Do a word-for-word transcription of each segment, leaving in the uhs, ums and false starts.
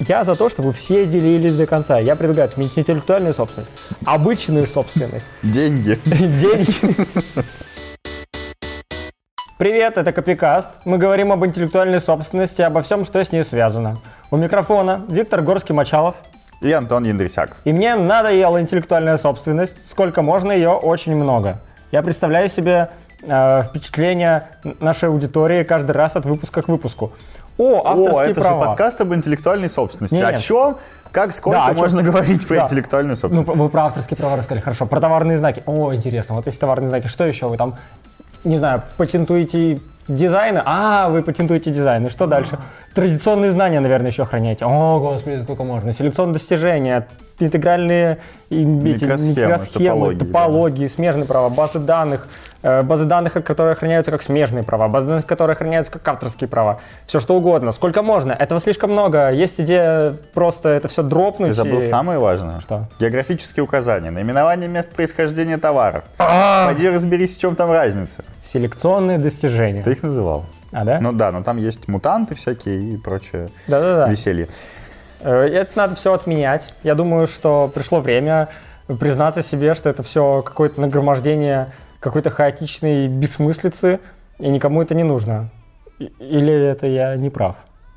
я за то, чтобы все делились до конца. Я предлагаю отменить интеллектуальную собственность, обычную собственность. Деньги. Деньги. Привет, это Копикаст. Мы говорим об интеллектуальной собственности, обо всем, что с ней связано. У микрофона Виктор Горский-Мачалов. И Антон Яндрисяк. И мне надоела интеллектуальная собственность. Сколько можно, ее очень много. Я представляю себе э, впечатление нашей аудитории каждый раз от выпуска к выпуску. О, авторские О, это права. же подкаст об интеллектуальной собственности. Нет. О чем? Как, сколько Да, можно чем? говорить про Да. интеллектуальную собственность? Ну, вы про авторские права рассказали, хорошо. Про товарные знаки. О, интересно, вот есть товарные знаки. Что еще вы там, не знаю, патентуете дизайны? А, вы патентуете дизайны. Что дальше? Традиционные знания, наверное, еще охраняете. О, господи, сколько можно. Селекционные достижения, интегральные и, эти, Микросхемы, микросхемы, топологии, топологии, да. смежные права, базы данных, э, базы данных, которые охраняются как смежные права, базы данных, которые охраняются как авторские права. Все что угодно. Сколько можно? Этого слишком много. Есть идея просто это все дропнуть. Ты забыл и... самое важное. Что? Географические указания, наименование мест происхождения товаров. А! Пойди разберись, в чем там разница. Селекционные достижения. Ты их называл. А, да? Ну да, но там есть мутанты всякие и прочее Да-да-да. веселье. Это надо все отменять. Я думаю, что пришло время признаться себе, что это все какое-то нагромождение какой-то хаотичной бессмыслицы, и никому это не нужно. Или это я не прав?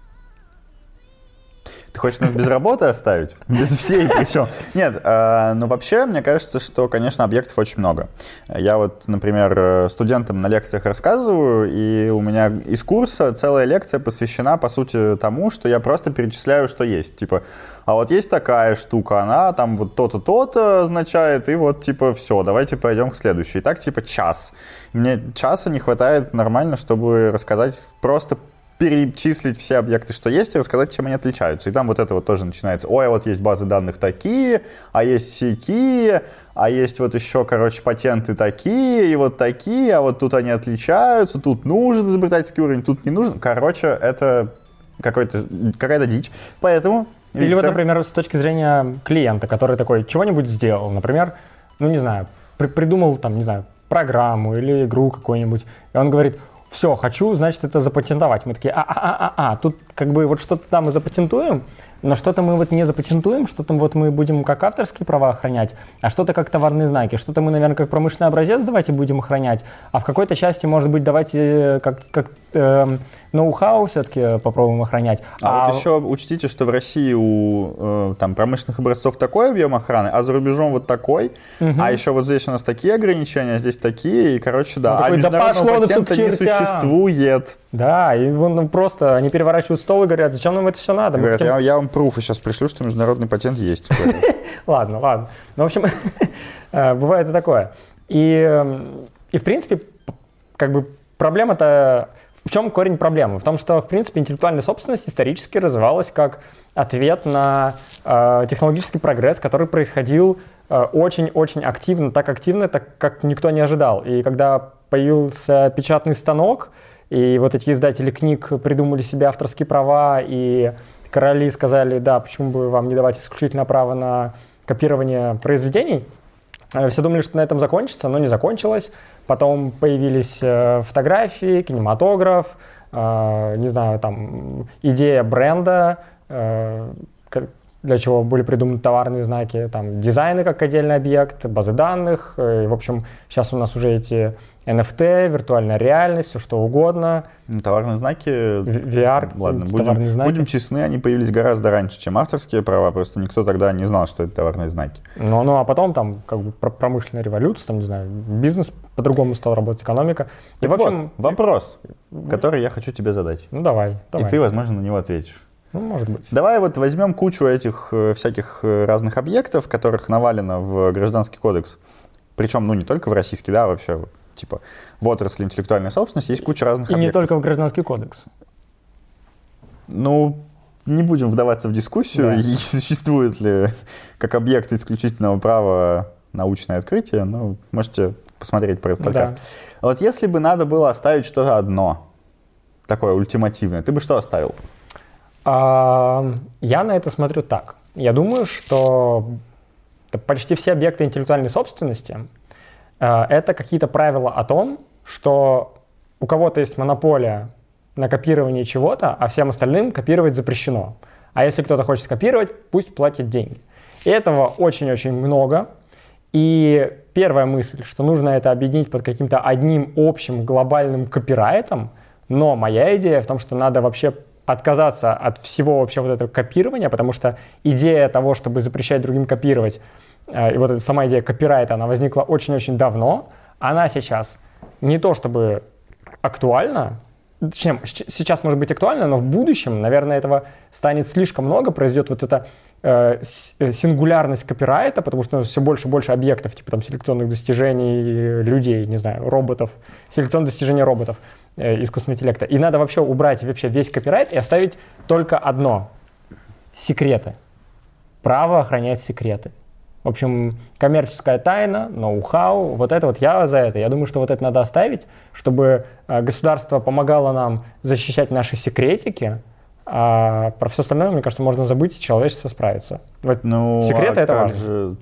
Ты хочешь нас без работы оставить? Без всей причем? Нет, э, ну вообще, мне кажется, что, конечно, объектов очень много. Я вот, например, студентам на лекциях рассказываю, и у меня из курса целая лекция посвящена, по сути, тому, что я просто перечисляю, что есть. Типа, а вот есть такая штука, она там вот то-то, то-то означает, и вот, типа, все, давайте пойдем к следующей. И так, типа, час. Мне часа не хватает нормально, чтобы рассказать просто перечислить все объекты, что есть, и рассказать, чем они отличаются. И там вот это вот тоже начинается. Ой, а вот есть базы данных такие, а есть сякие, а есть вот еще, короче, патенты такие, и вот такие, а вот тут они отличаются, тут нужен изобретательский уровень, тут не нужен. Короче, это какой-то, какая-то дичь. Поэтому... Или Виктор... вот, например, с точки зрения клиента, который такой чего-нибудь сделал, например, ну, не знаю, при- придумал, там, не знаю, программу или игру какую-нибудь, и он говорит: все, хочу, значит, это запатентовать. Мы такие, а-а-а-а, тут как бы вот что-то там мы запатентуем, но что-то мы вот не запатентуем, что-то вот мы будем как авторские права охранять, а что-то как товарные знаки, что-то мы, наверное, как промышленный образец давайте будем охранять, а в какой-то части, может быть, давайте как, как э, ноу-хау все-таки попробуем охранять. А, а вот еще учтите, что в России у э, там, промышленных образцов такой объем охраны, а за рубежом вот такой, угу. А еще вот здесь у нас такие ограничения, здесь такие, и, короче, да, такой, а международного да патента не существует. Да, и вон ну, просто они переворачивают стол и говорят: зачем нам это все надо? Говорят, хотим... я, я вам пруфы сейчас пришлю, что международный патент есть. Ладно, ладно. Ну, в общем, бывает и такое. И, и, в принципе, как бы проблема-то... В чем корень проблемы? В том, что, в принципе, интеллектуальная собственность исторически развивалась как ответ на э, технологический прогресс, который происходил э, очень-очень активно, так активно, так как никто не ожидал. И когда появился печатный станок, и вот эти издатели книг придумали себе авторские права, и короли сказали: да, почему бы вам не давать исключительно право на копирование произведений, все думали, что на этом закончится, но не закончилось. Потом появились э, фотографии, кинематограф, э, не знаю, там, идея бренда, э, для чего были придуманы товарные знаки, там, дизайны как отдельный объект, базы данных. Э, и, в общем, сейчас у нас уже эти эн эф ти, виртуальная реальность, все что угодно. Ну, товарные знаки... ви ар, ладно, будем, знаки. будем честны, они появились гораздо раньше, чем авторские права, просто никто тогда не знал, что это товарные знаки. Ну, ну а потом там как бы промышленная революция, там, не знаю, бизнес по-другому стал работать, экономика. Так и, в общем, вот, вопрос, который я хочу тебе задать. Ну, давай, давай. И ты, возможно, на него ответишь. Ну, может быть. Давай вот возьмем кучу этих э, всяких э, разных объектов, которых навалено в Гражданский кодекс. Причем, ну, не только в российский, да, вообще... Типа, в отрасли интеллектуальной собственности есть куча разных и объектов. И не только в Гражданский кодекс. Ну, не будем вдаваться в дискуссию, да. И существует ли как объект исключительного права научное открытие. Ну, можете посмотреть про этот подкаст. Да. Вот если бы надо было оставить что-то одно, такое ультимативное, ты бы что оставил? А, я на это смотрю так. Я думаю, что почти все объекты интеллектуальной собственности это какие-то правила о том, что у кого-то есть монополия на копирование чего-то, а всем остальным копировать запрещено. А если кто-то хочет скопировать, пусть платит деньги. И этого очень-очень много. И первая мысль, что нужно это объединить под каким-то одним общим глобальным копирайтом, но моя идея в том, что надо вообще отказаться от всего вообще вот этого копирования, потому что идея того, чтобы запрещать другим копировать, и вот эта сама идея копирайта, она возникла очень-очень давно, она сейчас не то чтобы актуальна, чем сейчас может быть актуально, но в будущем, наверное, этого станет слишком много, произойдет вот эта э, сингулярность копирайта, потому что все больше и больше объектов, типа там селекционных достижений людей, не знаю, роботов, селекционных достижений роботов, э, искусственного интеллекта. И надо вообще убрать вообще весь копирайт и оставить только одно — секреты. Право охранять секреты. В общем, коммерческая тайна, ноу-хау, вот это вот я за это. Я думаю, что вот это надо оставить, чтобы э, государство помогало нам защищать наши секретики, а про все остальное, мне кажется, можно забыть, и человечество справится. Вот ну, секреты — а это как важно. Же...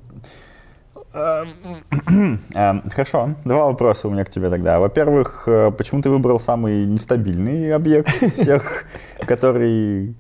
Хорошо, два вопроса у меня к тебе тогда. Во-первых, почему ты выбрал самый нестабильный объект из всех, который...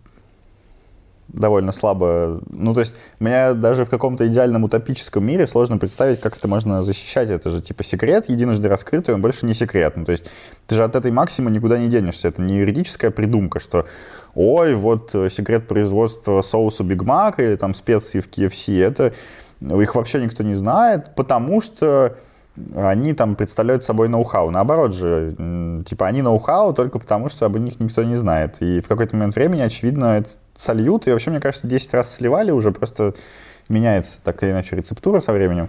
довольно слабо. Ну, то есть, мне даже в каком-то идеальном утопическом мире сложно представить, как это можно защищать. Это же типа секрет, единожды раскрытый, он больше не секрет. Ну, то есть, ты же от этой максимы никуда не денешься. Это не юридическая придумка, что ой, вот секрет производства соуса Биг Мак или там специи в кей эф си, это их вообще никто не знает, потому что они там представляют собой ноу-хау. Наоборот же, типа они ноу-хау только потому, что об них никто не знает. И в какой-то момент времени, очевидно, это сольют. И вообще, мне кажется, десять раз сливали уже, просто меняется так или иначе рецептура со временем.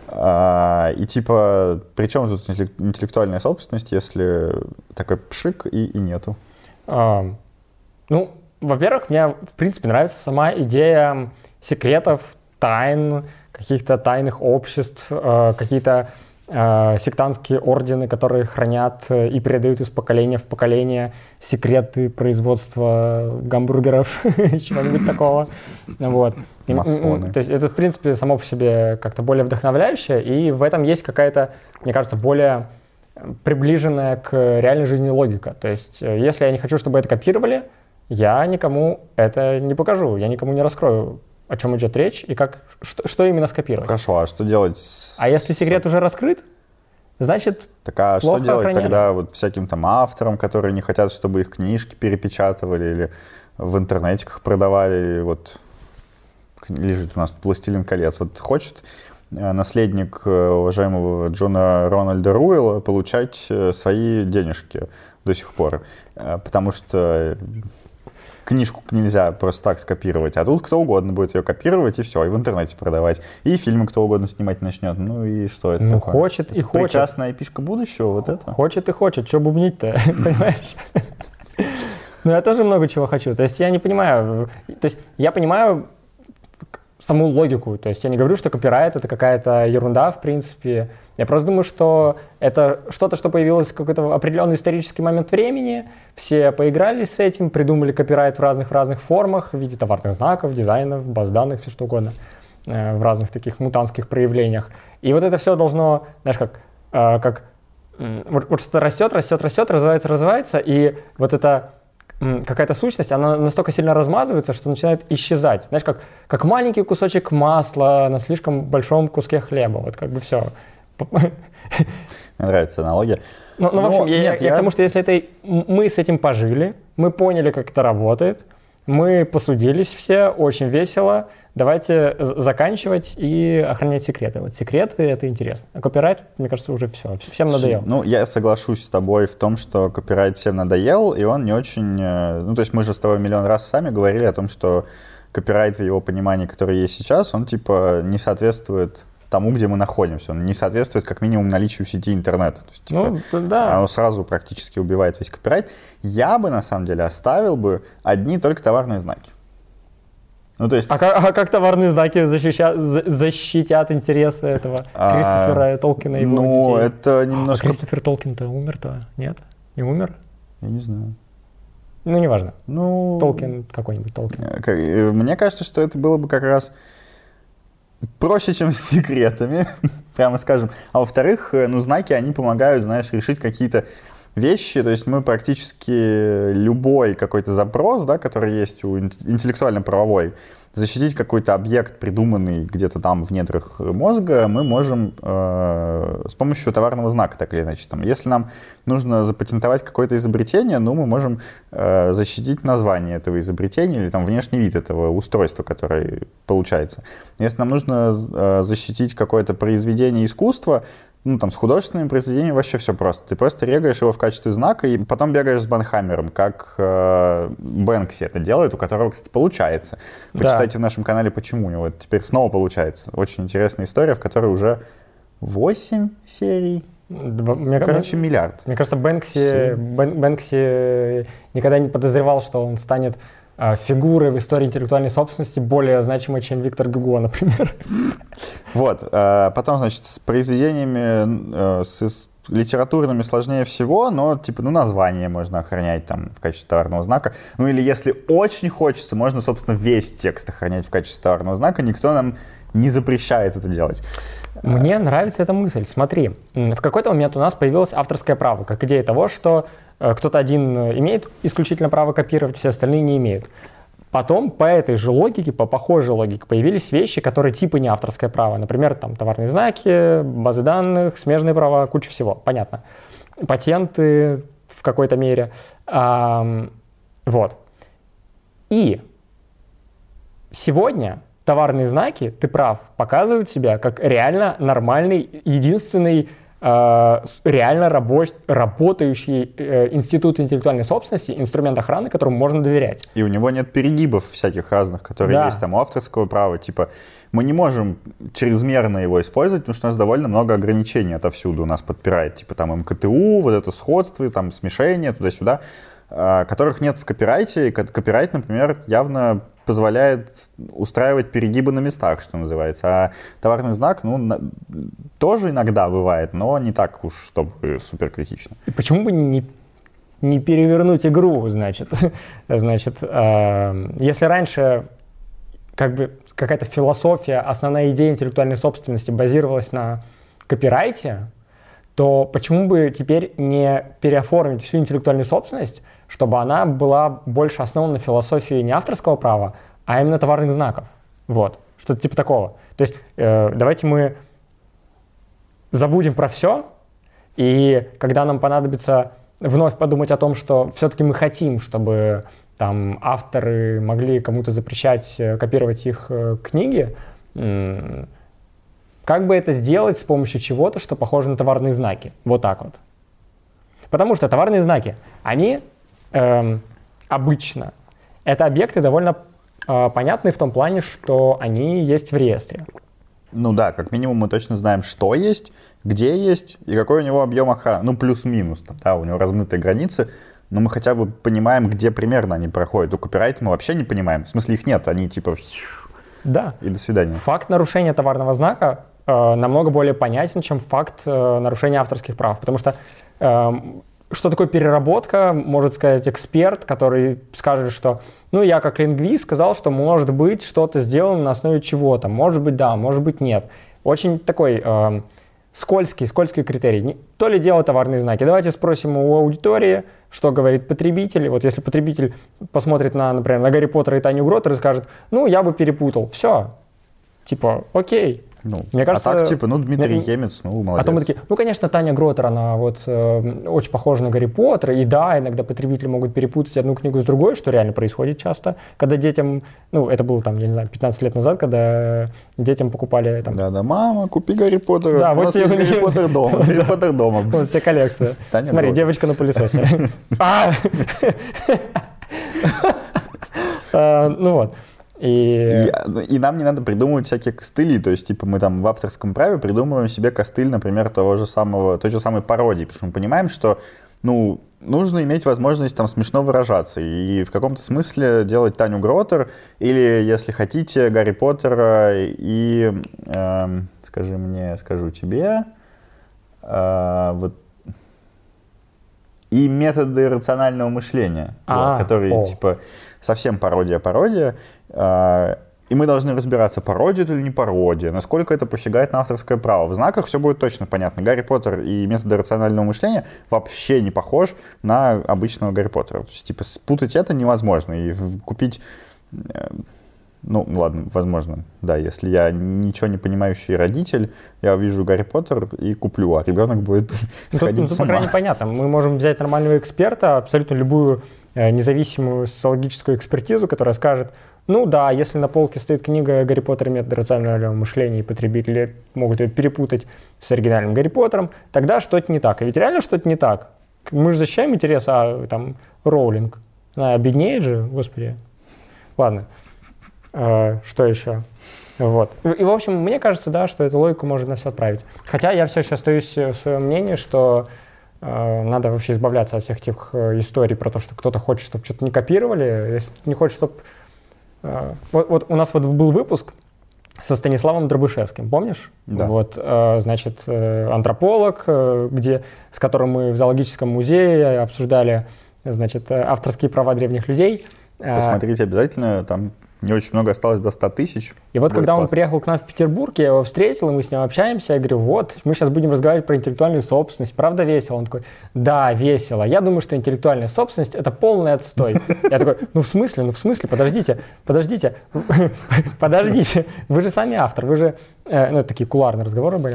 А, и типа, при чем тут интеллектуальная собственность, если такой пшик и, и нету? А, ну, во-первых, мне, в принципе, нравится сама идея секретов, тайн, каких-то тайных обществ, э, какие-то э, сектантские ордены, которые хранят и передают из поколения в поколение секреты производства гамбургеров, чего-нибудь такого. Вот. Масоны. То есть это, в принципе, само по себе как-то более вдохновляющее, и в этом есть какая-то, мне кажется, более приближенная к реальной жизни логика. То есть если я не хочу, чтобы это копировали, я никому это не покажу, я никому не раскрою, о чем идет речь и как, что, что именно скопировать. Хорошо, а что делать с... А если секрет уже раскрыт, значит, так а что делать охраняли. Тогда вот всяким там авторам, которые не хотят, чтобы их книжки перепечатывали или в интернетиках продавали? Вот лежит у нас «Властелин колец». Вот хочет наследник уважаемого Джона Рональда Руэлла получать свои денежки до сих пор, потому что... Книжку нельзя просто так скопировать, а тут кто угодно будет ее копировать, и все, и в интернете продавать. И фильмы кто угодно снимать начнет. Ну и что это ну, такое? хочет это и хочет. Прекрасная пишка будущего, вот это? Хочет и хочет, что бубнить-то, понимаешь? Ну я тоже много чего хочу. То есть я не понимаю, то есть я понимаю саму логику. То есть я не говорю, что копирайт — это какая-то ерунда, в принципе. Я просто думаю, что это что-то, что появилось в какой-то определенный исторический момент времени. Все поиграли с этим, придумали копирайт в разных-разных формах, в виде товарных знаков, дизайнов, баз данных, все что угодно, э, в разных таких мутантских проявлениях. И вот это все должно, знаешь, как, э, как э, вот, вот что-то растет, растет, растет, развивается, развивается, и вот эта э, какая-то сущность, она настолько сильно размазывается, что начинает исчезать. Знаешь, как, как маленький кусочек масла на слишком большом куске хлеба. Вот как бы все. Мне нравится аналогия. Ну, ну, в общем, я, нет, я, я к тому, что если это, мы с этим пожили, мы поняли, как это работает, мы посудились все, очень весело, давайте заканчивать и охранять секреты. Вот секреты — это интересно. А копирайт, мне кажется, уже все, всем надоел. Ну, я соглашусь с тобой в том, что копирайт всем надоел, и он не очень... Ну, то есть мы же с тобой миллион раз сами говорили о том, что копирайт в его понимании, который есть сейчас, он типа не соответствует... тому, где мы находимся. Он не соответствует как минимум наличию сети интернета. То есть, типа, ну, да. Оно сразу практически убивает весь копирайт. Я бы, на самом деле, оставил бы одни только товарные знаки. Ну, то есть... а, как, а как товарные знаки защищат, защитят интересы этого а, Кристофера Толкина и его ну, детей? Это немножко... А Кристофер Толкин-то умер-то? Нет? Не умер? Я не знаю. Ну, неважно. Ну... Толкин какой-нибудь, Толкин. Мне кажется, что это было бы как раз... проще, чем с секретами, прямо скажем. А во-вторых, ну, знаки, они помогают, знаешь, решить какие-то вещи, то есть мы практически любой какой-то запрос, да, который есть у интеллектуально-правовой, защитить какой-то объект, придуманный где-то там в недрах мозга, мы можем э, с помощью товарного знака, так или иначе. Там, если нам нужно запатентовать какое-то изобретение, ну, мы можем э, защитить название этого изобретения или там, внешний вид этого устройства, которое получается. Если нам нужно э, защитить какое-то произведение искусства, ну, там, с художественными произведениями вообще все просто. Ты просто регаешь его в качестве знака и потом бегаешь с банхаммером, как э, Бэнкси это делает, у которого, кстати, получается. Почитайте да. в нашем канале, почему у него это теперь снова получается. Очень интересная история, в которой уже восемь серий. Мне, Короче, мне, миллиард. Мне кажется, Бэнкси, Бэн, Бэнкси никогда не подозревал, что он станет фигуры в истории интеллектуальной собственности более значимой, чем Виктор Гюго, например. Вот. Потом, значит, с произведениями, с литературными сложнее всего, но, типа, ну, название можно охранять там в качестве товарного знака. Ну, или если очень хочется, можно, собственно, весь текст охранять в качестве товарного знака. Никто нам не запрещает это делать. Мне нравится эта мысль. Смотри, в какой-то момент у нас появилось авторское право, как идея того, что кто-то один имеет исключительно право копировать, все остальные не имеют. Потом по этой же логике, по похожей логике появились вещи, которые типа не авторское право. Например, там товарные знаки, базы данных, смежные права, куча всего, понятно. Патенты в какой-то мере. А, вот. И сегодня товарные знаки, ты прав, показывают себя как реально нормальный, единственный реально рабоч- работающий э, институт интеллектуальной собственности, инструмент охраны, которому можно доверять. И у него нет перегибов всяких разных, которые да. есть там у авторского права. Типа мы не можем чрезмерно его использовать, потому что у нас довольно много ограничений отовсюду у нас подпирает. Типа там эм ка тэ у, вот это сходство, там смешение, туда-сюда, э, которых нет в копирайте. И копирайт, например, явно позволяет устраивать перегибы на местах, что называется. А товарный знак, ну, на, тоже иногда бывает, но не так уж, чтобы супер критично. И почему бы не, не перевернуть игру, значит? значит, э, если раньше как бы какая-то философия, основная идея интеллектуальной собственности базировалась на копирайте, то почему бы теперь не переоформить всю интеллектуальную собственность, чтобы она была больше основана на философии не авторского права, а именно товарных знаков. Вот. Что-то типа такого. То есть э, давайте мы забудем про все, и когда нам понадобится вновь подумать о том, что все-таки мы хотим, чтобы там авторы могли кому-то запрещать копировать их э, книги, э, как бы это сделать с помощью чего-то, что похоже на товарные знаки. Вот так вот. Потому что товарные знаки, они Эм, обычно это объекты довольно э, понятные в том плане, что они есть в реестре. Ну да, как минимум мы точно знаем, что есть, где есть и какой у него объем охраны. Ну плюс-минус, там, да, у него размытые границы, но мы хотя бы понимаем, где примерно они проходят. У копирайта мы вообще не понимаем, в смысле их нет, они типа да. и до свидания. Факт нарушения товарного знака э, намного более понятен, чем факт э, нарушения авторских прав, потому что э, что такое переработка, может сказать эксперт, который скажет, что ну я как лингвист сказал, что может быть что-то сделано на основе чего-то. Может быть да, может быть нет. Очень такой э, скользкий, скользкий критерий. То ли дело товарные знаки. Давайте спросим у аудитории, что говорит потребитель. Вот если потребитель посмотрит на, например, на Гарри Поттера и Таню Гротер и скажет, ну я бы перепутал. Все. Типа, окей. Ну, мне кажется, а так, типа, ну, Дмитрий мне, Емец, ну, молодец. А то мы такие, ну, конечно, Таня Гротер, она вот э, очень похожа на Гарри Поттера, и да, иногда потребители могут перепутать одну книгу с другой, что реально происходит часто, когда детям, ну, это было там, я не знаю, пятнадцать лет назад, когда детям покупали там... Да-да, мама, купи Гарри Поттера, да, у вот нас есть Гарри Поттер дома, Гарри Поттер дома. Вот вся коллекция. Смотри, девочка на пылесосе. Ну вот. И... И, и нам не надо придумывать всякие костыли, то есть, типа, мы там в авторском праве придумываем себе костыль, например, того же самого, той же самой пародии, потому что мы понимаем, что, ну, нужно иметь возможность там смешно выражаться и в каком-то смысле делать Таню Гротер или, если хотите, Гарри Поттера и, э, скажи мне, скажу тебе, э, вот, и методы рационального мышления, а, вот, которые, о. типа, совсем пародия-пародия. И мы должны разбираться, пародия это или не пародия, насколько это посягает на авторское право. В знаках все будет точно понятно. Гарри Поттер и методы рационального мышления вообще не похож на обычного Гарри Поттера. То есть, типа, спутать это невозможно. И купить... Ну, ладно, возможно, да, если я ничего не понимающий родитель, я увижу Гарри Поттер и куплю, а ребенок будет сходить ну, с ума. Тут, по крайней мере, понятно. Мы можем взять нормального эксперта, абсолютно любую э, независимую социологическую экспертизу, которая скажет, ну да, если на полке стоит книга «Гарри Поттер и методы рационального мышления», и потребители могут ее перепутать с оригинальным Гарри Поттером, тогда что-то не так. И ведь реально что-то не так. Мы же защищаем интерес, а там Роулинг. Она обеднеет же, господи. Ладно. Uh, что еще? Вот. И, и, в общем, мне кажется, да, что эту логику можно на все отправить. Хотя я все еще остаюсь в своем мнении, что uh, надо вообще избавляться от всех тех uh, историй про то, что кто-то хочет, чтобы что-то не копировали. Если не хочет, чтобы... Uh, вот, вот у нас вот был выпуск со Станиславом Дробышевским, помнишь? Да. Вот, uh, значит, uh, антрополог, uh, где, с которым мы в зоологическом музее обсуждали, значит, авторские права древних людей. Посмотрите обязательно, там... Не очень много осталось до ста тысяч. И вот будет когда классно. Он приехал к нам в Петербург, я его встретил, и мы с ним общаемся, я говорю, вот, мы сейчас будем разговаривать про интеллектуальную собственность, правда весело? Он такой, да, весело. Я думаю, что интеллектуальная собственность – это полный отстой. Я такой, ну в смысле, ну в смысле, подождите, подождите, подождите, вы же сами автор, вы же… Ну, это такие кулуарные разговоры были.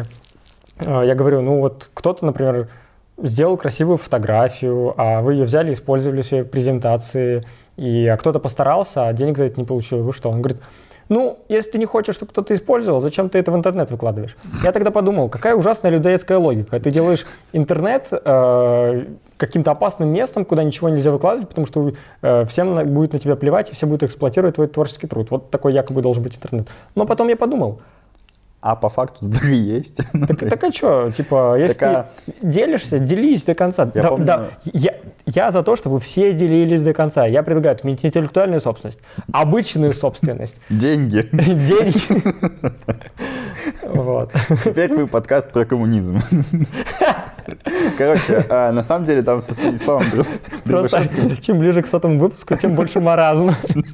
Я говорю, ну вот кто-то, например, сделал красивую фотографию, а вы ее взяли и использовали в своей презентации, и а кто-то постарался, а денег за это не получил. Вы что? Он говорит, ну, если ты не хочешь, чтобы кто-то использовал, зачем ты это в интернет выкладываешь? Я тогда подумал, какая ужасная людоедская логика. Ты делаешь интернет э, каким-то опасным местом, куда ничего нельзя выкладывать, потому что э, всем будет на тебя плевать, и все будут эксплуатировать твой творческий труд. Вот такой якобы должен быть интернет. Но потом я подумал, а по факту так и есть. Так, так а что, типа, если так, ты а... делишься, делись до конца. Я, да, помню... да, я, я за то, чтобы все делились до конца. Я предлагаю отменить интеллектуальную собственность, обычную собственность. Деньги. Деньги. Вот. Теперь вы подкаст про коммунизм. Короче, на самом деле там со Станиславом Дробышевским... Чем ближе к сотому выпуску, тем больше маразма.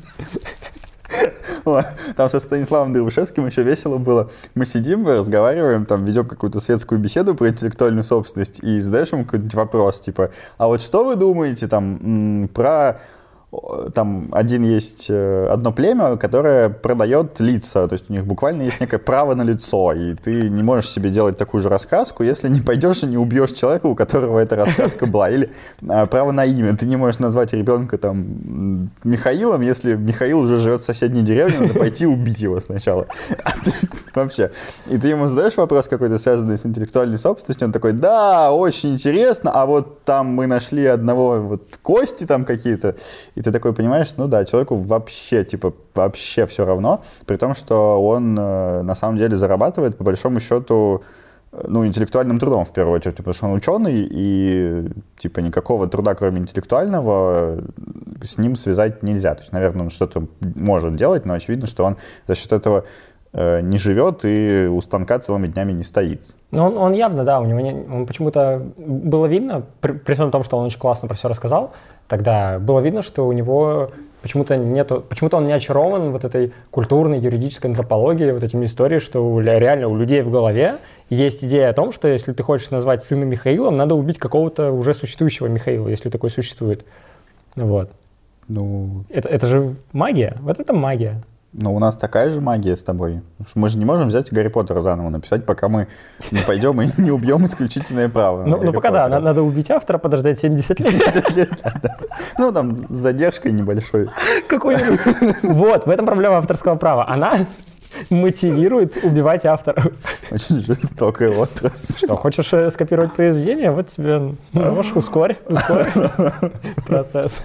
Там со Станиславом Дробышевским еще весело было. Мы сидим, разговариваем, там ведем какую-то светскую беседу про интеллектуальную собственность и задаешь ему какой-нибудь вопрос, типа, а вот что вы думаете там про... Там один есть одно племя, которое продает лица, то есть у них буквально есть некое право на лицо, и ты не можешь себе делать такую же раскраску, если не пойдешь и не убьешь человека, у которого эта раскраска была, или а, право на имя. Ты не можешь назвать ребенка там Михаилом, если Михаил уже живет в соседней деревне, надо пойти убить его сначала. Вообще. И ты ему задаешь вопрос какой-то, связанный с интеллектуальной собственностью, он такой, да, очень интересно, а вот там мы нашли одного, вот кости там какие-то, и ты такой понимаешь, ну да, человеку вообще, типа, вообще все равно, при том, что он э, на самом деле зарабатывает, по большому счету, ну, интеллектуальным трудом, в первую очередь, потому что он ученый, и, типа, никакого труда, кроме интеллектуального, с ним связать нельзя. То есть, наверное, он что-то может делать, но очевидно, что он за счет этого э, не живет и у станка целыми днями не стоит. Ну, он, он явно, да, у него не, он почему-то было видно, при, при всем том, что он очень классно про все рассказал, тогда было видно, что у него почему-то нету, почему-то он не очарован вот этой культурной, юридической антропологией, вот этими историями, что у, реально у людей в голове есть идея о том, что если ты хочешь назвать сына Михаилом, надо убить какого-то уже существующего Михаила, если такой существует. Вот. Ну... Это, это же магия, вот это магия. Ну, у нас такая же магия с тобой. Мы же не можем взять Гарри Поттера заново написать, пока мы не пойдем и не убьем исключительное право. Ну, ну пока Поттера. Да, надо убить автора, подождать семьдесят лет. семьдесят лет, да. Ну, там, с задержкой небольшой. Какой-нибудь. Вот, в этом проблема авторского права. Она мотивирует убивать авторов. Очень жестокая отрасль. Что, хочешь скопировать произведение? Вот тебе, нож, ускорь, ускорь процесс.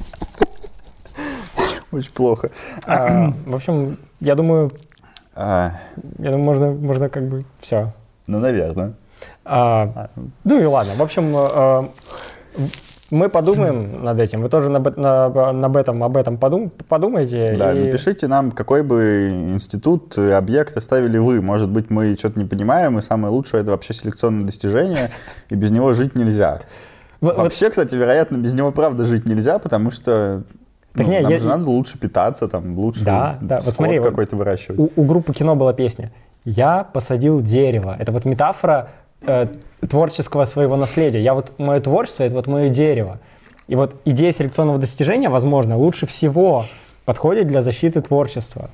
Очень плохо. А, в общем, я думаю, а... я думаю, можно, можно как бы все. Ну, наверное. А, а. Ну и ладно. В общем, а, мы подумаем над этим. Вы тоже на, на, на об этом, об этом подум, подумайте. Да, и... напишите нам, какой бы институт, объект оставили вы. Может быть, мы что-то не понимаем, и самое лучшее — это вообще селекционное достижение, и без него жить нельзя. Вот, вообще, вот... кстати, вероятно, без него правда жить нельзя, потому что Ну, не, нам я... же надо лучше питаться, там, лучше да, да. Вот скот смотри, какой-то выращивать. У, у группы «Кино» была песня «Я посадил дерево». Это вот метафора э, творческого своего наследия. Я вот, мое творчество — это вот мое дерево. И вот идея селекционного достижения, возможно, лучше всего подходит для защиты творчества.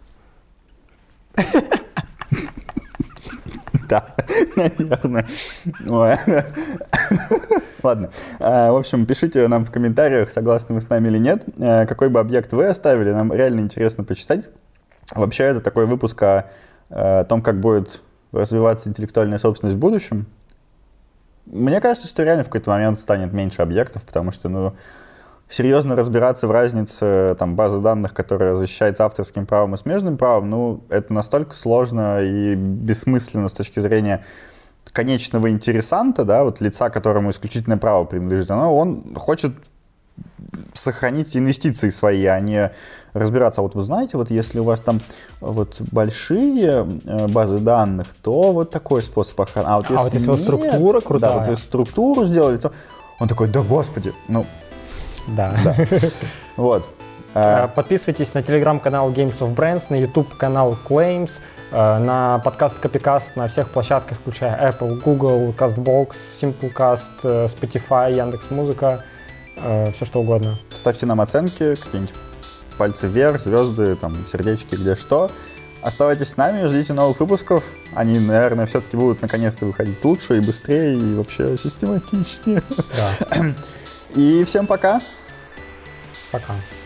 Да, наверное. Ой. Ладно. В общем, пишите нам в комментариях, согласны вы с нами или нет, какой бы объект вы оставили. Нам реально интересно почитать. Вообще, это такой выпуск о, о том, как будет развиваться интеллектуальная собственность в будущем. Мне кажется, что реально в какой-то момент станет меньше объектов, потому что, ну, серьезно разбираться в разнице там, базы данных, которая защищается авторским правом и смежным правом, ну, это настолько сложно и бессмысленно с точки зрения конечного интересанта, да, вот лица, которому исключительное право принадлежит, оно, он хочет сохранить инвестиции свои, а не разбираться. А вот вы знаете, вот если у вас там вот большие базы данных, то вот такой способ охраны. А вот если, а вот если нет, структура крутая. Да, вот если структуру сделали, то он такой, да господи, ну... Да. да. Вот. Подписывайтесь на телеграм-канал Games of Brands, на YouTube-канал Claims, на подкаст Copycast на всех площадках, включая Apple, Google, CastBox, Simplecast, Spotify, Яндекс.Музыка, все что угодно. Ставьте нам оценки, какие-нибудь пальцы вверх, звезды, там, сердечки, где что. Оставайтесь с нами, ждите новых выпусков. Они, наверное, все-таки будут наконец-то выходить лучше и быстрее, и вообще систематичнее. Да. И всем пока. Пока.